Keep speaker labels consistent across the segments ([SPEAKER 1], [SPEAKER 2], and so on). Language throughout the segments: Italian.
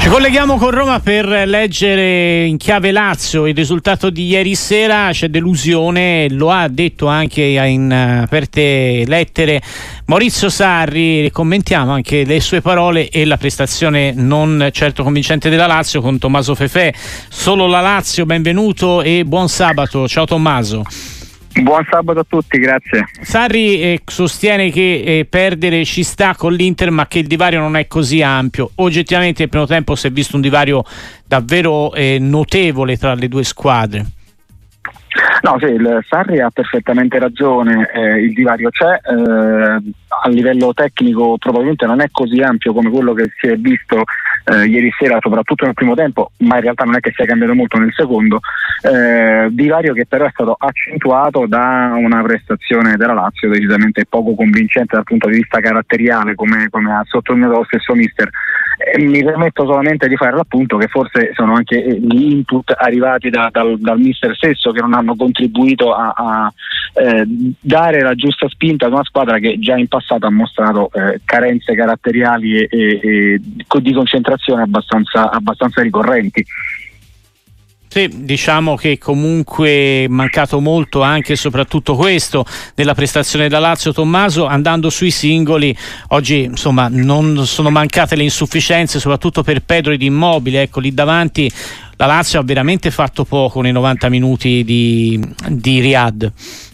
[SPEAKER 1] Ci colleghiamo con Roma per leggere in chiave Lazio il risultato di ieri sera. C'è delusione, lo ha detto anche in aperte lettere Maurizio Sarri. Commentiamo anche le sue parole e la prestazione non certo convincente della Lazio con Tommaso Fefè. Solo la Lazio, benvenuto e buon sabato. Ciao Tommaso.
[SPEAKER 2] Buon sabato a tutti, grazie.
[SPEAKER 1] Sarri sostiene che perdere ci sta con l'Inter, ma che il divario non è così ampio. Oggettivamente nel primo tempo si è visto un divario davvero notevole tra le due squadre.
[SPEAKER 2] No, sì, il Sarri ha perfettamente ragione, il divario c'è, a livello tecnico probabilmente non è così ampio come quello che si è visto ieri sera, soprattutto nel primo tempo, ma in realtà non è che sia cambiato molto nel secondo, divario che però è stato accentuato da una prestazione della Lazio decisamente poco convincente dal punto di vista caratteriale, come ha sottolineato lo stesso mister. Mi permetto solamente di fare l'appunto che forse sono anche gli input arrivati dal mister stesso che non hanno contribuito a dare la giusta spinta ad una squadra che già in passato ha mostrato carenze caratteriali e di concentrazione abbastanza ricorrenti.
[SPEAKER 1] Sì, diciamo che comunque è mancato molto anche e soprattutto questo della prestazione della Lazio. Tommaso, andando sui singoli, oggi insomma non sono mancate le insufficienze, soprattutto per Pedro ed Immobile. Ecco, lì davanti la Lazio ha veramente fatto poco nei 90 minuti di Riyad.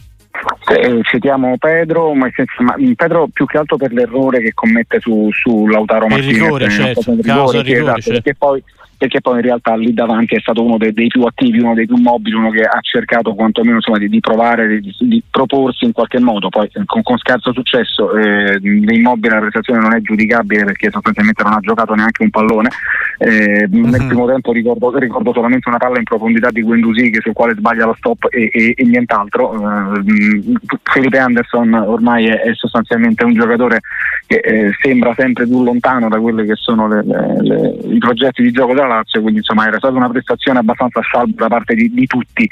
[SPEAKER 2] Citiamo Pedro, ma Pedro più che altro per l'errore che commette su Lautaro Martinez.
[SPEAKER 1] Il rigore, certo,
[SPEAKER 2] perché poi in realtà lì davanti è stato uno dei più attivi, uno dei più mobili, uno che ha cercato quantomeno di provare, di proporsi in qualche modo. Poi con scarso successo, Immobile la prestazione non è giudicabile perché sostanzialmente non ha giocato neanche un pallone. Nel primo tempo ricordo solamente una palla in profondità di Guendouzi sul quale sbaglia lo stop e nient'altro. Felipe Anderson ormai è sostanzialmente un giocatore che sembra sempre più lontano da quelli che sono i progetti di gioco della Lazio, quindi insomma era stata una prestazione abbastanza scialba da parte di tutti.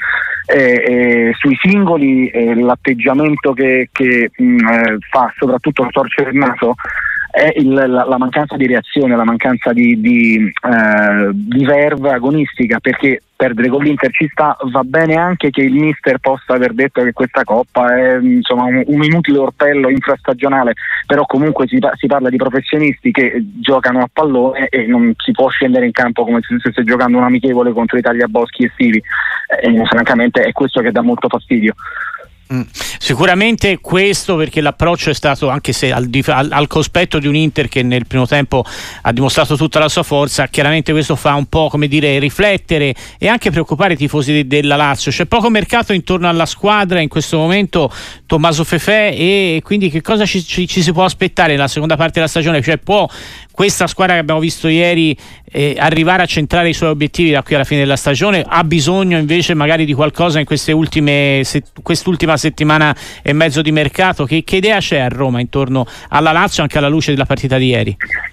[SPEAKER 2] Sui singoli l'atteggiamento che fa soprattutto storcere il naso è la mancanza di reazione, la mancanza di verve agonistica, perché perdere con l'Inter ci sta, va bene anche che il mister possa aver detto che questa coppa è insomma un inutile orpello infrastagionale, però comunque si parla di professionisti che giocano a pallone e non si può scendere in campo come se stesse giocando un amichevole contro i tagliaboschi estivi, francamente è questo che dà molto fastidio.
[SPEAKER 1] Sicuramente questo, perché l'approccio è stato, anche se al cospetto di un Inter che nel primo tempo ha dimostrato tutta la sua forza, chiaramente questo fa un po' come dire riflettere e anche preoccupare i tifosi della Lazio. C'è poco mercato intorno alla squadra in questo momento, Tommaso Fefè, e quindi che cosa ci si può aspettare nella seconda parte della stagione? Cioè può questa squadra che abbiamo visto ieri arrivare a centrare i suoi obiettivi da qui alla fine della stagione? Ha bisogno invece magari di qualcosa in quest'ultima settimana e mezzo di mercato? Che idea c'è a Roma intorno alla Lazio anche alla luce della partita di ieri?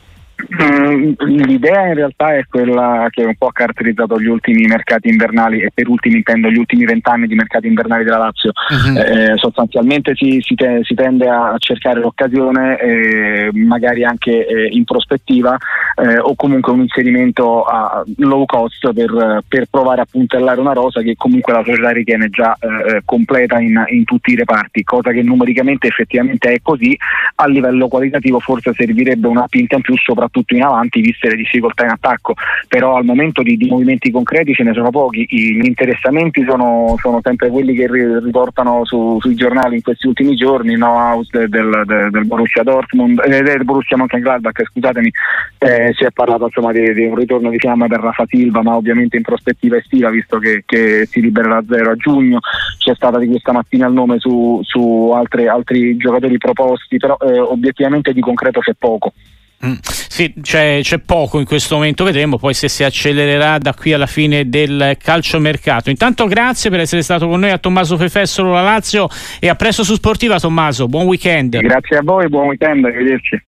[SPEAKER 2] L'idea in realtà è quella che un po' ha caratterizzato gli ultimi mercati invernali, e per ultimi intendo gli ultimi 20 anni di mercati invernali della Lazio. Sostanzialmente si tende a cercare l'occasione, magari anche in prospettiva, o comunque un inserimento a low cost per provare a puntellare una rosa che comunque la società ritiene già completa in tutti i reparti, cosa che numericamente effettivamente è così. A livello qualitativo forse servirebbe una spinta in più, soprattutto in avanti, viste le difficoltà in attacco, però al momento di movimenti concreti ce ne sono pochi. Gli interessamenti sono sempre quelli che riportano sui giornali in questi ultimi giorni, Neuhaus del Borussia Dortmund, del Borussia Mönchengladbach, scusatemi, si è parlato insomma di un ritorno di fiamma per Rafa Silva, ma ovviamente in prospettiva estiva, visto che si libererà a giugno. C'è stata di questa mattina il nome su altri giocatori proposti, però obiettivamente di concreto c'è poco.
[SPEAKER 1] Sì, c'è poco in questo momento, vedremo poi se si accelererà da qui alla fine del calciomercato. Intanto grazie per essere stato con noi a Tommaso Fefè, Solo la Lazio, e a presto su Sportiva. Tommaso, buon weekend.
[SPEAKER 2] Grazie a voi, buon weekend, arrivederci.